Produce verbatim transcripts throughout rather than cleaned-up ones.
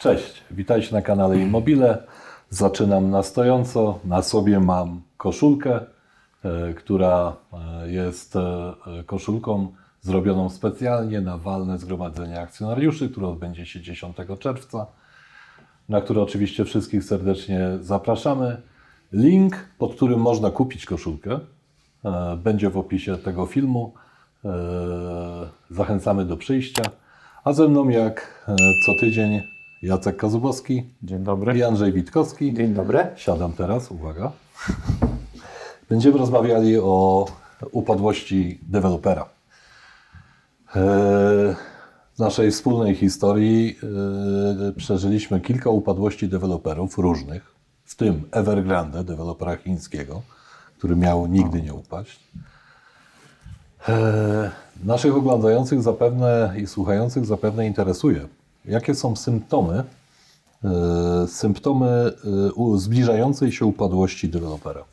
Cześć, witajcie na kanale Immobile. Zaczynam na stojąco. Na sobie mam koszulkę, e, która jest e, koszulką zrobioną specjalnie na walne zgromadzenie akcjonariuszy, które odbędzie się dziesiątego czerwca, na które oczywiście wszystkich serdecznie zapraszamy. Link, pod którym można kupić koszulkę, e, będzie w opisie tego filmu. E, zachęcamy do przyjścia. A ze mną jak e, co tydzień Jacek Kazubowski. Dzień dobry. I Andrzej Witkowski. Dzień dobry. Siadam teraz, uwaga. Będziemy rozmawiali o upadłości dewelopera. Z naszej wspólnej historii przeżyliśmy kilka upadłości deweloperów różnych, w tym Evergrande, dewelopera chińskiego, który miał nigdy nie upaść. Naszych oglądających zapewne i słuchających zapewne interesuje, jakie są symptomy, e, symptomy e, zbliżającej się upadłości dewelopera.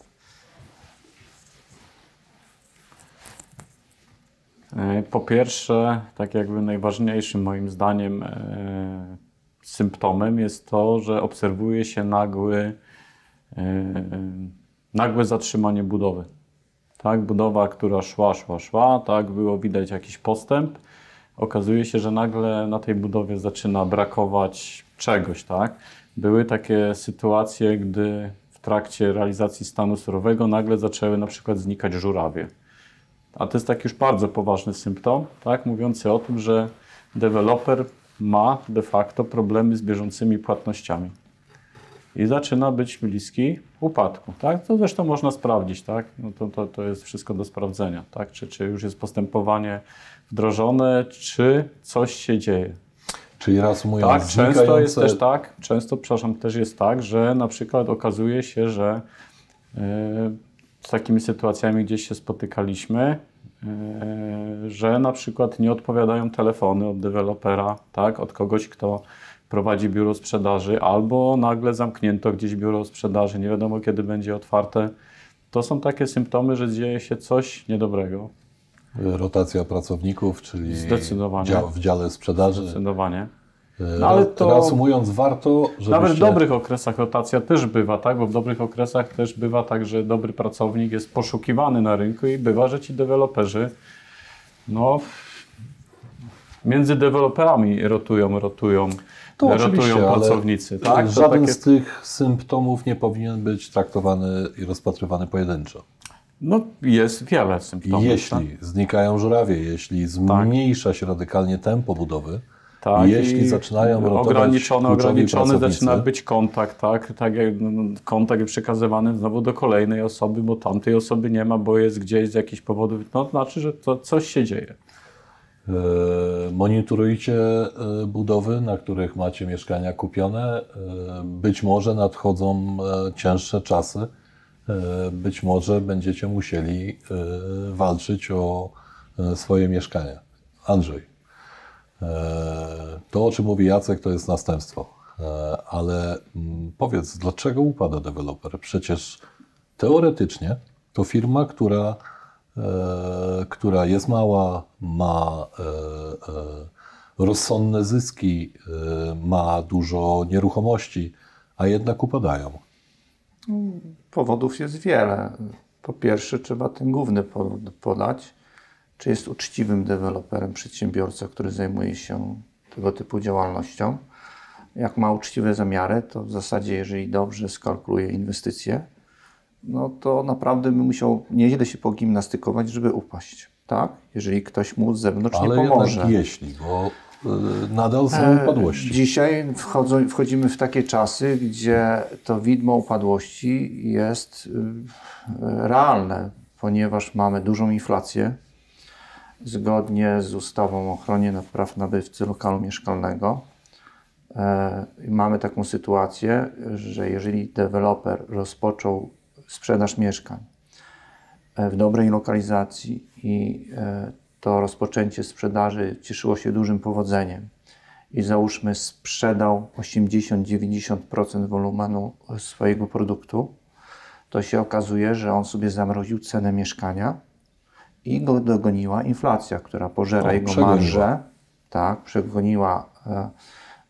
Po pierwsze, tak jakby najważniejszym moim zdaniem e, symptomem jest to, że obserwuje się nagły, e, nagłe zatrzymanie budowy. Tak, budowa, która szła, szła, szła, tak, było widać jakiś postęp. Okazuje się, że nagle na tej budowie zaczyna brakować czegoś, tak? Były takie sytuacje, gdy w trakcie realizacji stanu surowego nagle zaczęły na przykład znikać żurawie. A to jest taki już bardzo poważny symptom, tak? Mówiący o tym, że deweloper ma de facto problemy z bieżącymi płatnościami. I zaczyna być bliski upadku, tak? To zresztą można sprawdzić, tak? No to, to, to jest wszystko do sprawdzenia, tak? Czy, czy już jest postępowanie wdrożone, czy coś się dzieje. Czyli reasumując, tak, znikające... często jest też tak, często, przepraszam, też jest tak, że na przykład okazuje się, że yy, z takimi sytuacjami gdzieś się spotykaliśmy, yy, że na przykład nie odpowiadają telefony od dewelopera, tak? Od kogoś, kto prowadzi biuro sprzedaży, albo nagle zamknięto gdzieś biuro sprzedaży, nie wiadomo kiedy będzie otwarte. To są takie symptomy, że dzieje się coś niedobrego. Rotacja pracowników, czyli Zdecydowanie. Dział, w dziale sprzedaży. Zdecydowanie. No, ale to reasumując, warto, żebyście... Nawet w dobrych okresach rotacja też bywa, tak? Bo w dobrych okresach też bywa tak, że dobry pracownik jest poszukiwany na rynku i bywa, że ci deweloperzy no, między deweloperami rotują, rotują, to rotują pracownicy. Tak? Żaden takie... z tych symptomów nie powinien być traktowany i rozpatrywany pojedynczo. No jest wiele symptomów. Jeśli tak? znikają żurawie, jeśli zmniejsza się radykalnie tempo budowy, tak, jeśli zaczynają rotować ograniczony, ograniczony zaczyna być kontakt, tak, tak jak kontakt przekazywany znowu do kolejnej osoby, bo tamtej osoby nie ma, bo jest gdzieś z jakichś powodów, no to znaczy, że to coś się dzieje. Monitorujcie budowy, na których macie mieszkania kupione. Być może nadchodzą cięższe czasy. Być może będziecie musieli walczyć o swoje mieszkania. Andrzej, to, o czym mówi Jacek, to jest następstwo. Ale powiedz, dlaczego upada deweloper? Przecież teoretycznie to firma, która, która jest mała, ma rozsądne zyski, ma dużo nieruchomości, a jednak upadają. Powodów jest wiele. Po pierwsze, trzeba ten główny powód podać, czy jest uczciwym deweloperem przedsiębiorca, który zajmuje się tego typu działalnością. Jak ma uczciwe zamiary, to w zasadzie, jeżeli dobrze skalkuluje inwestycje, no to naprawdę by musiał nieźle się pogimnastykować, żeby upaść. Tak? Jeżeli ktoś mu z zewnątrz Ale nie pomoże. Ale jeśli, bo nadal są upadłości. Dzisiaj wchodzą, wchodzimy w takie czasy, gdzie to widmo upadłości jest realne, ponieważ mamy dużą inflację. Zgodnie z ustawą o ochronie praw nabywcy lokalu mieszkalnego mamy taką sytuację, że jeżeli deweloper rozpoczął sprzedaż mieszkań w dobrej lokalizacji i to rozpoczęcie sprzedaży cieszyło się dużym powodzeniem i załóżmy sprzedał osiemdziesiąt do dziewięćdziesięciu procent wolumenu swojego produktu, to się okazuje, że on sobie zamroził cenę mieszkania i go dogoniła inflacja, która pożera o, jego przegoniła. marżę, tak, przegoniła e,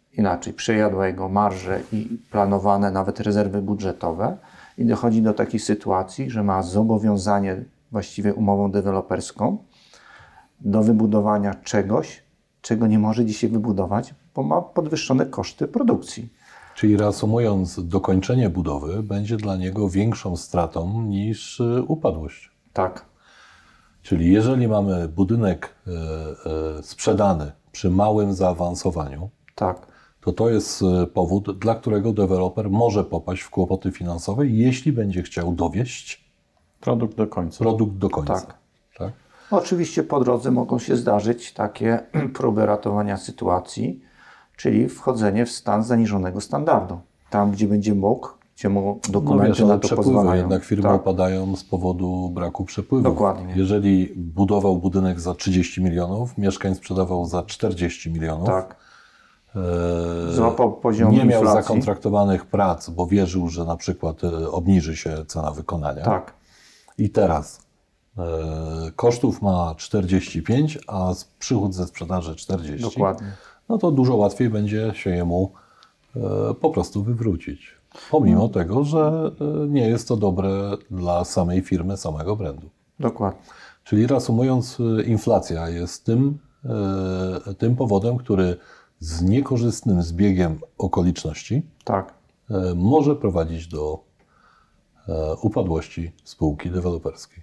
inaczej, przejadła jego marże i planowane nawet rezerwy budżetowe i dochodzi do takiej sytuacji, że ma zobowiązanie właściwie umową deweloperską do wybudowania czegoś, czego nie może dzisiaj wybudować, bo ma podwyższone koszty produkcji. Czyli reasumując, dokończenie budowy będzie dla niego większą stratą niż upadłość. Tak. Czyli jeżeli mamy budynek e, e, sprzedany przy małym zaawansowaniu, Tak. to to jest powód, dla którego deweloper może popaść w kłopoty finansowe, jeśli będzie chciał dowieść Produkt do końca. produkt do końca. Tak. Tak? Oczywiście po drodze mogą się zdarzyć takie próby ratowania sytuacji, czyli wchodzenie w stan zaniżonego standardu. Tam, gdzie będzie mógł, gdzie mu dokumenty No wiesz, ale na to przepływy, pozwalają. jednak firmy Tak. upadają z powodu braku przepływów. Dokładnie. Jeżeli budował budynek za trzydzieści milionów, mieszkań sprzedawał za czterdzieści milionów, Tak. e, Złapał poziom nie miał inflacji. zakontraktowanych prac, bo wierzył, że na przykład e, obniży się cena wykonania. Tak. I teraz e, kosztów ma czterdzieści pięć, a z- przychód ze sprzedaży czterdzieści. Dokładnie. No to dużo łatwiej będzie się jemu e, po prostu wywrócić. Pomimo No. tego, że e, nie jest to dobre dla samej firmy, samego brandu. Dokładnie. Czyli reasumując, e, inflacja jest tym, e, tym powodem, który z niekorzystnym zbiegiem okoliczności Tak. e, może prowadzić do e, upadłości spółki deweloperskiej.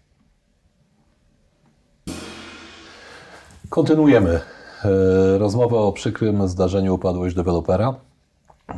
Kontynuujemy e, rozmowę o przykrym zdarzeniu upadłość dewelopera. E,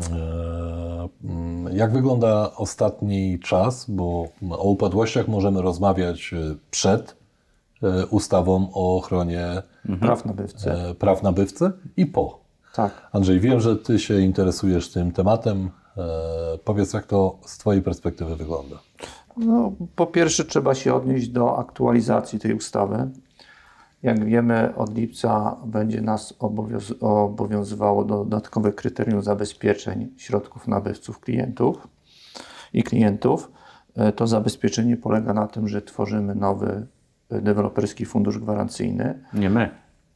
mm, Jak wygląda ostatni czas, bo o upadłościach możemy rozmawiać e, przed e, ustawą o ochronie Praw nabywcy. e, praw nabywcy i po. Tak. Andrzej, wiem, że Ty się interesujesz tym tematem. E, Powiedz, jak to z Twojej perspektywy wygląda? No, po pierwsze trzeba się odnieść do aktualizacji tej ustawy. Jak wiemy, od lipca będzie nas obowiąz- obowiązywało dodatkowe kryterium zabezpieczeń środków nabywców klientów i klientów. E, To zabezpieczenie polega na tym, że tworzymy nowy e, deweloperski fundusz gwarancyjny. Nie my.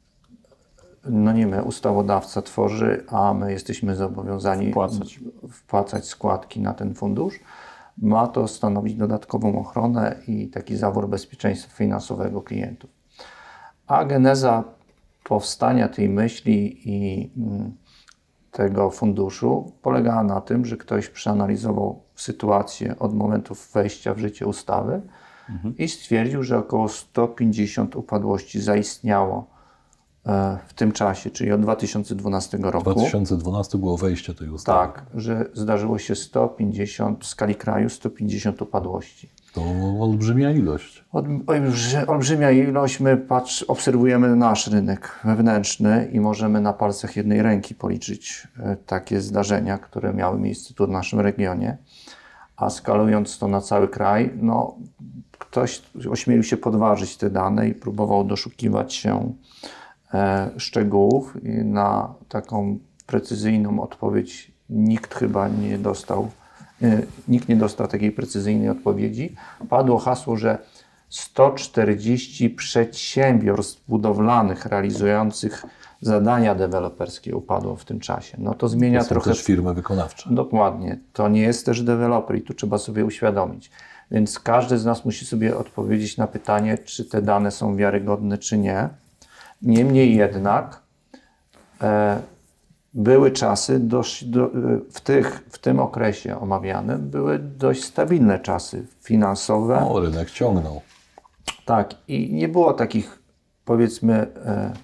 No nie my, ustawodawca tworzy, a my jesteśmy zobowiązani Wpłacać. wpłacać składki na ten fundusz. Ma to stanowić dodatkową ochronę i taki zawór bezpieczeństwa finansowego klientów. A geneza powstania tej myśli i mm, tego funduszu polegała na tym, że ktoś przeanalizował sytuację od momentu wejścia w życie ustawy i stwierdził, że około sto pięćdziesiąt upadłości zaistniało e, w tym czasie, czyli od dwa tysiące dwunastego roku. dwa tysiące dwunasty było wejście tej ustawy. Tak, że zdarzyło się sto pięćdziesiąt w skali kraju, sto pięćdziesiąt upadłości. To olbrzymia ilość. Od, olbrzy- olbrzymia ilość, my patrz, obserwujemy nasz rynek wewnętrzny i możemy na palcach jednej ręki policzyć e, takie zdarzenia, które miały miejsce tu w naszym regionie. A skalując to na cały kraj, no ktoś ośmielił się podważyć te dane i próbował doszukiwać się e, szczegółów i na taką precyzyjną odpowiedź nikt chyba nie dostał. Nikt nie dostał takiej precyzyjnej odpowiedzi. Padło hasło, że sto czterdzieści przedsiębiorstw budowlanych realizujących zadania deweloperskie upadło w tym czasie. No to zmienia To są trochę. też firmy wykonawcze. Dokładnie. To nie jest też deweloper i tu trzeba sobie uświadomić. Więc każdy z nas musi sobie odpowiedzieć na pytanie, czy te dane są wiarygodne, czy nie. Niemniej jednak e, były czasy, dość, do, w, tych, w tym okresie omawianym, były dość stabilne czasy finansowe. O, rynek ciągnął. Tak, i nie było takich, powiedzmy, e,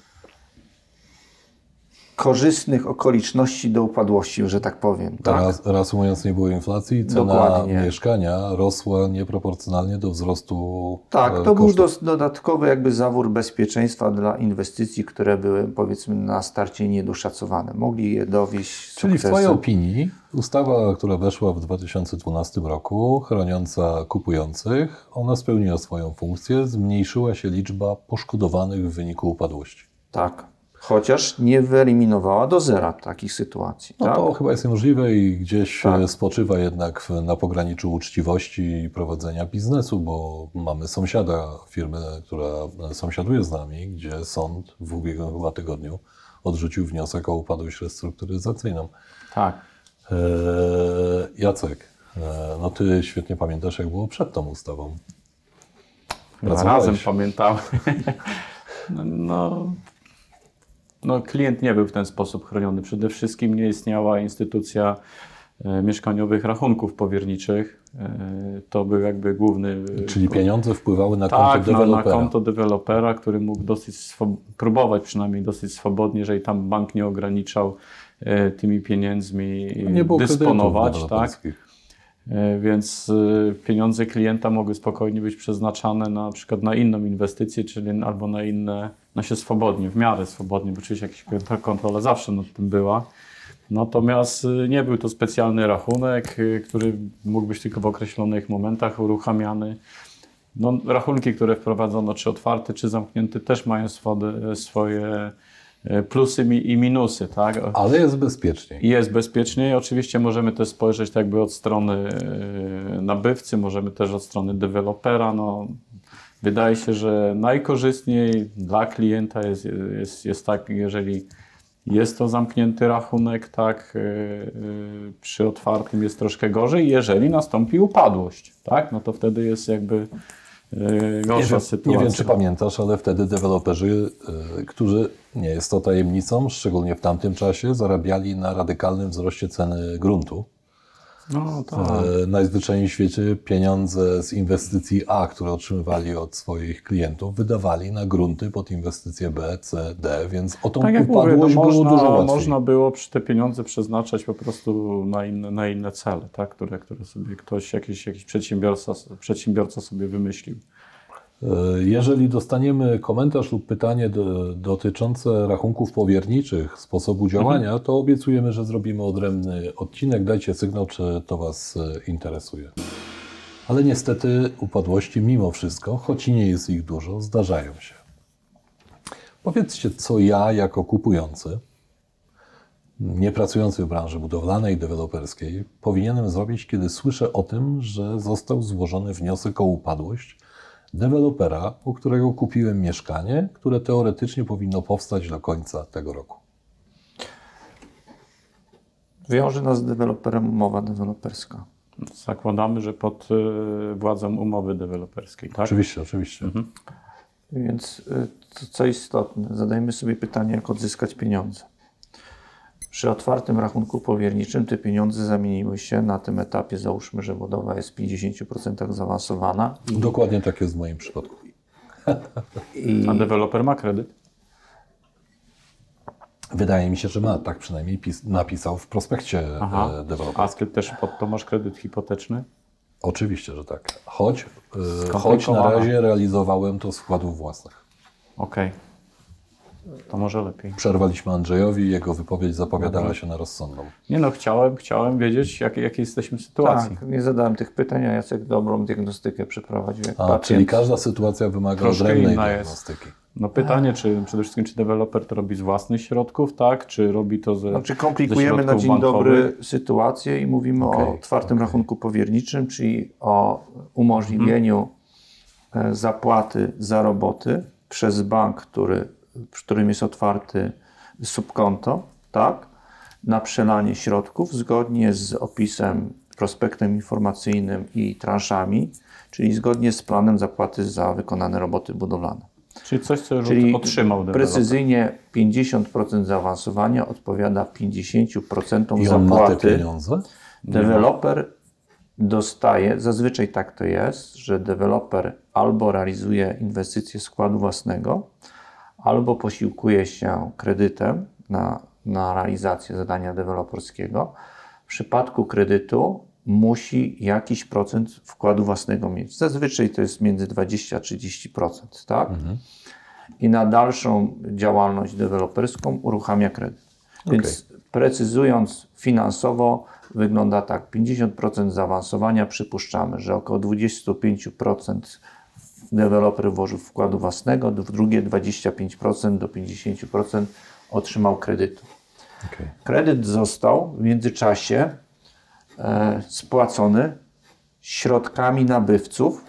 korzystnych okoliczności do upadłości, że tak powiem. Tak? Raz, reasumując, nie było inflacji, cena Dokładnie. mieszkania rosła nieproporcjonalnie do wzrostu Tak, e, to był kosztów. dos- dodatkowy jakby zawór bezpieczeństwa dla inwestycji, które były, powiedzmy, na starcie niedoszacowane. Mogli je dowieść Czyli w sukcesem. Twojej opinii ustawa, która weszła w dwa tysiące dwunastym roku, chroniąca kupujących, ona spełniła swoją funkcję, zmniejszyła się liczba poszkodowanych w wyniku upadłości. Tak, chociaż nie wyeliminowała do zera takich sytuacji. No tak? to chyba jest niemożliwe i gdzieś Tak. e, spoczywa jednak w, na pograniczu uczciwości i prowadzenia biznesu, bo mamy sąsiada firmy, która sąsiaduje z nami, gdzie sąd w ubiegłym chyba tygodniu odrzucił wniosek o upadłość restrukturyzacyjną. Tak. E, Jacek, e, no ty świetnie pamiętasz, jak było przed tą ustawą. Razem pamiętamy. no, no, no, klient nie był w ten sposób chroniony. Przede wszystkim nie istniała instytucja e, mieszkaniowych rachunków powierniczych. E, to był jakby główny... Czyli pieniądze wpływały na tak, konto dewelopera. Na, na konto dewelopera, który mógł dosyć swo- próbować przynajmniej dosyć swobodnie, jeżeli tam bank nie ograniczał e, tymi pieniędzmi nie było dysponować. Tak? Więc pieniądze klienta mogły spokojnie być przeznaczane na przykład na inną inwestycję, czyli albo na inne, na się swobodnie, w miarę swobodnie, bo oczywiście jakaś kontrola zawsze nad tym była. Natomiast nie był to specjalny rachunek, który mógł być tylko w określonych momentach uruchamiany. No, rachunki, które wprowadzono, czy otwarte, czy zamknięte, też mają swoje, swoje plusy i minusy, tak? Ale jest bezpieczniej. Jest bezpieczniej. Oczywiście możemy też spojrzeć tak jakby od strony nabywcy, możemy też od strony dewelopera. No, wydaje się, że najkorzystniej dla klienta jest, jest, jest tak, jeżeli jest to zamknięty rachunek, tak, przy otwartym jest troszkę gorzej. Jeżeli nastąpi upadłość, tak, no to wtedy jest jakby gorsza nie, sytuacja. Nie wiem, czy pamiętasz, ale wtedy deweloperzy, yy, którzy, nie jest to tajemnicą, szczególnie w tamtym czasie, zarabiali na radykalnym wzroście ceny gruntu. No, tak. Yy, najzwyczajniej w świecie pieniądze z inwestycji A, które otrzymywali od swoich klientów, wydawali na grunty pod inwestycje B, C, D, więc o tą tak jak upadłość mówię, no było można, dużo łatwiej. Można było te pieniądze przeznaczać po prostu na inne, na inne cele, tak? które, które sobie ktoś, jakiś, jakiś przedsiębiorca, przedsiębiorca sobie wymyślił. Jeżeli dostaniemy komentarz lub pytanie do, dotyczące rachunków powierniczych, sposobu działania, mhm. to obiecujemy, że zrobimy odrębny odcinek. Dajcie sygnał, czy to Was interesuje. Ale niestety upadłości mimo wszystko, choć nie jest ich dużo, zdarzają się. Powiedzcie, co ja jako kupujący, nie pracujący w branży budowlanej i deweloperskiej, powinienem zrobić, kiedy słyszę o tym, że został złożony wniosek o upadłość dewelopera, u którego kupiłem mieszkanie, które teoretycznie powinno powstać do końca tego roku. Wiąże nas z deweloperem umowa deweloperska. Zakładamy, że pod władzą umowy deweloperskiej, tak? Oczywiście, oczywiście. Mhm. Więc to, co istotne, zadajmy sobie pytanie, jak odzyskać pieniądze. Przy otwartym rachunku powierniczym te pieniądze zamieniły się na tym etapie, załóżmy, że budowa jest w pięćdziesięciu procentach zaawansowana. I, Dokładnie tak jest w moim przypadku. I, A deweloper ma kredyt? Wydaje mi się, że ma. Tak przynajmniej pis, napisał w prospekcie Aha. deweloper. A ty też pod to masz kredyt hipoteczny? Oczywiście, że tak. Choć, yy, choć na razie realizowałem to z wkładów własnych. Okej. Okay. To może lepiej. Przerwaliśmy Andrzejowi, jego wypowiedź zapowiadała Dobra. się na rozsądną. Nie no, chciałem, chciałem wiedzieć, jak, jakiej jesteśmy sytuacji. Tak, nie zadałem tych pytań, a Jacek dobrą diagnostykę przeprowadził. Jak a, pacjent. Czyli każda sytuacja wymaga odrębnej diagnostyki. Jest. No pytanie, czy przede wszystkim, czy deweloper to robi z własnych środków, tak? Czy robi to ze Znaczy komplikujemy na dzień bankowych? dobry sytuację i mówimy okay. o otwartym okay. rachunku powierniczym, czyli o umożliwieniu hmm. zapłaty za roboty przez bank, który w którym jest otwarty subkonto, tak, na przelanie środków zgodnie z opisem, prospektem informacyjnym i transzami, czyli zgodnie z planem zapłaty za wykonane roboty budowlane. Czyli coś, co już czyli otrzymał deweloper. Precyzyjnie pięćdziesiąt procent zaawansowania odpowiada pięćdziesiąt procent I zapłaty. on ma te pieniądze? Deweloper dostaje, zazwyczaj tak to jest, że deweloper albo realizuje inwestycje składu własnego, albo posiłkuje się kredytem na, na realizację zadania deweloperskiego. W przypadku kredytu musi jakiś procent wkładu własnego mieć. Zazwyczaj to jest między dwadzieścia a trzydzieści procent, tak? Mhm. I na dalszą działalność deweloperską uruchamia kredyt. Okay. Więc precyzując finansowo, wygląda tak, pięćdziesiąt procent zaawansowania przypuszczamy, że około dwadzieścia pięć procent deweloper włożył wkładu własnego, w drugie dwadzieścia pięć procent do pięćdziesiąt procent otrzymał kredytu. Okay. Kredyt został w międzyczasie e, spłacony środkami nabywców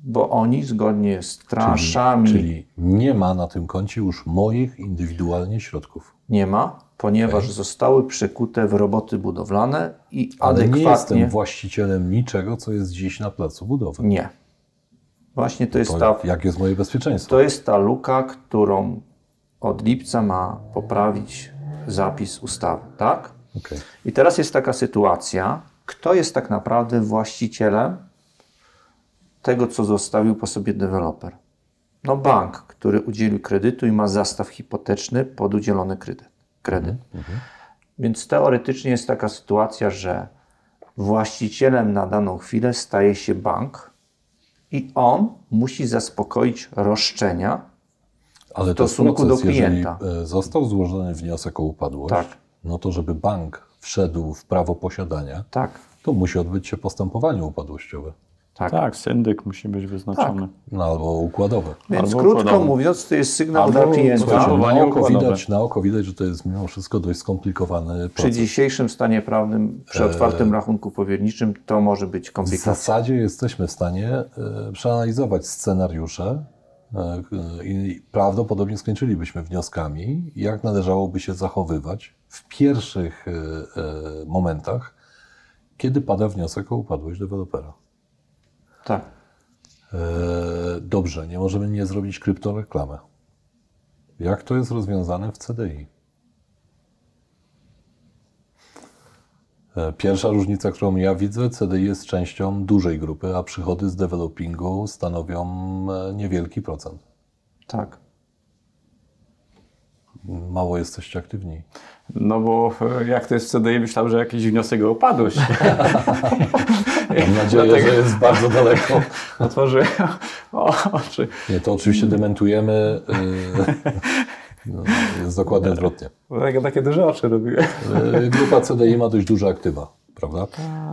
bo oni zgodnie z transzami Czyli, czyli nie ma na tym koncie już moich indywidualnie środków. nie ma, ponieważ Okay. zostały przekute w roboty budowlane i Ale adekwatnie... nie jestem właścicielem niczego, co jest dziś na placu budowy. Nie. Właśnie to jest To ta... jak jest moje bezpieczeństwo? To jest ta luka, którą od lipca ma poprawić zapis ustawy, tak? Okay. I teraz jest taka sytuacja, kto jest tak naprawdę właścicielem tego, co zostawił po sobie deweloper? No bank, który udzielił kredytu i ma zastaw hipoteczny pod udzielony kredyt. kredyt. Mhm. Więc teoretycznie jest taka sytuacja, że właścicielem na daną chwilę staje się bank i on musi zaspokoić roszczenia Ale w stosunku to jest proces, do klienta. Jeżeli został złożony wniosek o upadłość, Tak. no to żeby bank wszedł w prawo posiadania, Tak, to musi odbyć się postępowanie upadłościowe. tak. Tak, syndyk musi być wyznaczony. No, albo układowe. Więc Albo krótko układowy. mówiąc, to jest sygnał Albo dla klienta. Słuchajcie, Na Postępowanie oko, układowe. widać, na oko widać, że to jest mimo wszystko dość skomplikowany Przy proces. dzisiejszym stanie prawnym, przy otwartym rachunku powierniczym, to może być W komplikacja. zasadzie jesteśmy w stanie e, przeanalizować scenariusze e, i prawdopodobnie skończylibyśmy wnioskami, jak należałoby się zachowywać w pierwszych e, e, momentach, kiedy pada wniosek o upadłość dewelopera. Tak. E, dobrze, nie możemy nie zrobić kryptoreklamy. Jak to jest rozwiązane w C D I? E, Pierwsza różnica, którą ja widzę, C D I jest częścią dużej grupy, a przychody z developingu stanowią e, niewielki procent. Tak. Mało jesteście aktywni. No bo e, jak to jest w C D I, myślałem, że jakiś wniosek o upadłość. Mam nadzieję, Dlatego- że jest bardzo daleko. Otworzyłem oczy. Nie, to oczywiście dementujemy. e, no, jest dokładnie odwrotnie. Dlatego takie duże oczy robiłem. E, Grupa C D I ma dość duże aktywa, prawda?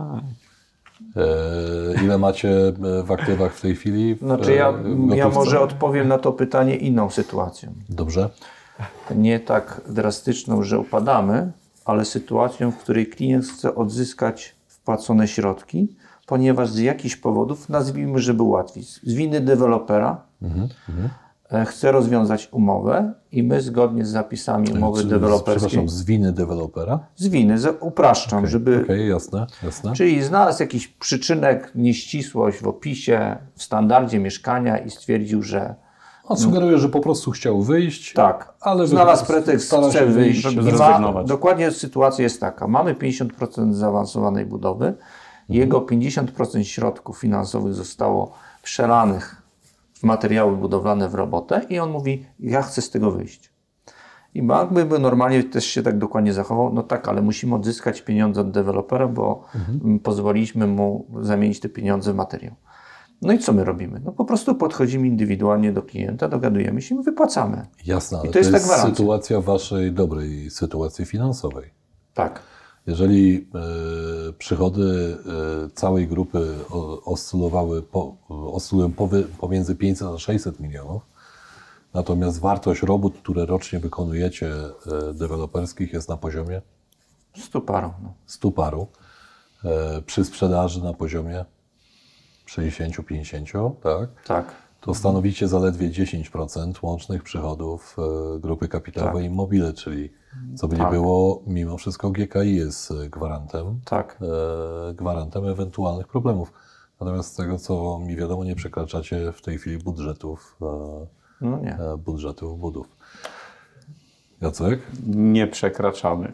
E, Ile macie w aktywach w tej chwili? W, Znaczy ja, e, w ja gotówce? może odpowiem na to pytanie inną sytuacją. Dobrze. Nie tak drastyczną, że upadamy, ale sytuacją, w której klient chce odzyskać wpłacone środki, ponieważ z jakichś powodów, nazwijmy, żeby łatwiej, z winy dewelopera Mhm, mhm. e, chce rozwiązać umowę i my zgodnie z zapisami umowy Czy- deweloperskiej, Przepraszam, z winy dewelopera? z winy, za- upraszczam, żeby, Okej, jasne, jasne. czyli znalazł jakiś przyczynek, nieścisłość w opisie, w standardzie mieszkania i stwierdził, że On sugeruje, że po prostu chciał wyjść, tak, ale znalazł wy- pretekst, stara chce się wyjść. żeby i ma, zrezygnować. dokładnie sytuacja jest taka, mamy pięćdziesiąt procent zaawansowanej budowy, jego pięćdziesiąt procent środków finansowych zostało przelanych w materiały budowlane, w robotę i on mówi, ja chcę z tego wyjść. I bank by, by normalnie też się tak dokładnie zachował, no tak, ale musimy odzyskać pieniądze od dewelopera, bo mhm. pozwoliliśmy mu zamienić te pieniądze w materiał. No i co my robimy? No po prostu podchodzimy indywidualnie do klienta, dogadujemy się i wypłacamy. Jasne, ale to to jest jest, ta gwarancja. sytuacja waszej dobrej sytuacji finansowej. Tak. Jeżeli e, przychody e, całej grupy o, oscylowały po, oscylują powy, pomiędzy pięćset a sześćset milionów, natomiast wartość robót, które rocznie wykonujecie e, deweloperskich jest na poziomie Stu parą. No. stu paru, e, przy sprzedaży na poziomie sześćdziesiąt pięćdziesiąt, tak? Tak. To stanowicie zaledwie dziesięć procent łącznych przychodów e, grupy kapitałowej Tak. Immobile, czyli co by nie Tak. było, mimo wszystko G K I jest e, gwarantem, Tak. e, gwarantem ewentualnych problemów. Natomiast z tego, co mi wiadomo, nie przekraczacie w tej chwili budżetów, e, No nie. e, budżetów budów. Jacek? Nie przekraczamy.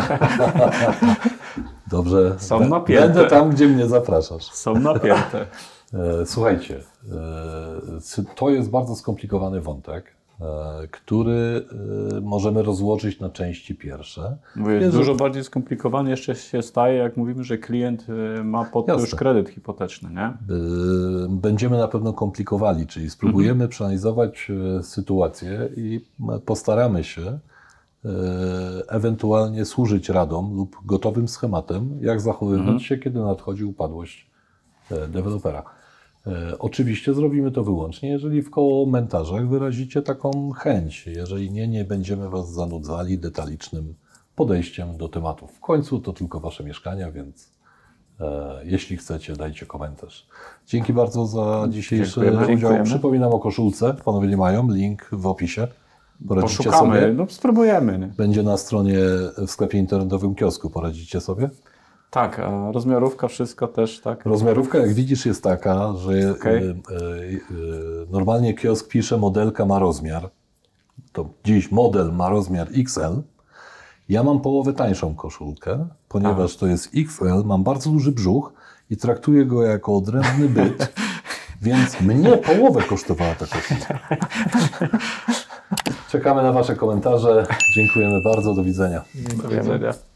Dobrze. Są Bę- napięte. Będę tam, gdzie mnie zapraszasz. Są napięte. E, Słuchajcie, e, sy- to jest bardzo skomplikowany wątek, e, który e, możemy rozłożyć na części pierwsze. Mówię, Więc- dużo bardziej skomplikowany jeszcze się staje, jak mówimy, że klient y, ma pod to Jasne. już kredyt hipoteczny, nie? E, Będziemy na pewno komplikowali, czyli spróbujemy przeanalizować e, sytuację i m, postaramy się e, ewentualnie służyć radom lub gotowym schematem, jak zachowywać się, kiedy nadchodzi upadłość e, dewelopera. E, Oczywiście zrobimy to wyłącznie, jeżeli w komentarzach wyrazicie taką chęć. Jeżeli nie, nie będziemy Was zanudzali detalicznym podejściem do tematów. W końcu to tylko Wasze mieszkania, więc e, Jeśli chcecie, dajcie komentarz. Dzięki bardzo za dzisiejszy Dziękujemy. udział. Dziękujemy. Przypominam o koszulce. Panowie nie mają. Link w opisie. Poradzicie Poszukamy, sobie. no spróbujemy. Nie? Będzie na stronie w sklepie internetowym kiosku. Poradzicie sobie? Tak, a rozmiarówka, wszystko też, tak? Rozmiarówka, jak widzisz, jest taka, że Okej. y, y, y, normalnie kiosk pisze modelka ma rozmiar. To dziś model ma rozmiar X L. Ja mam połowę tańszą koszulkę, ponieważ to jest X L, mam bardzo duży brzuch i traktuję go jako odrębny byt, więc mnie połowę kosztowała ta koszulka. Czekamy na Wasze komentarze. Dziękujemy bardzo. Do widzenia. Do widzenia.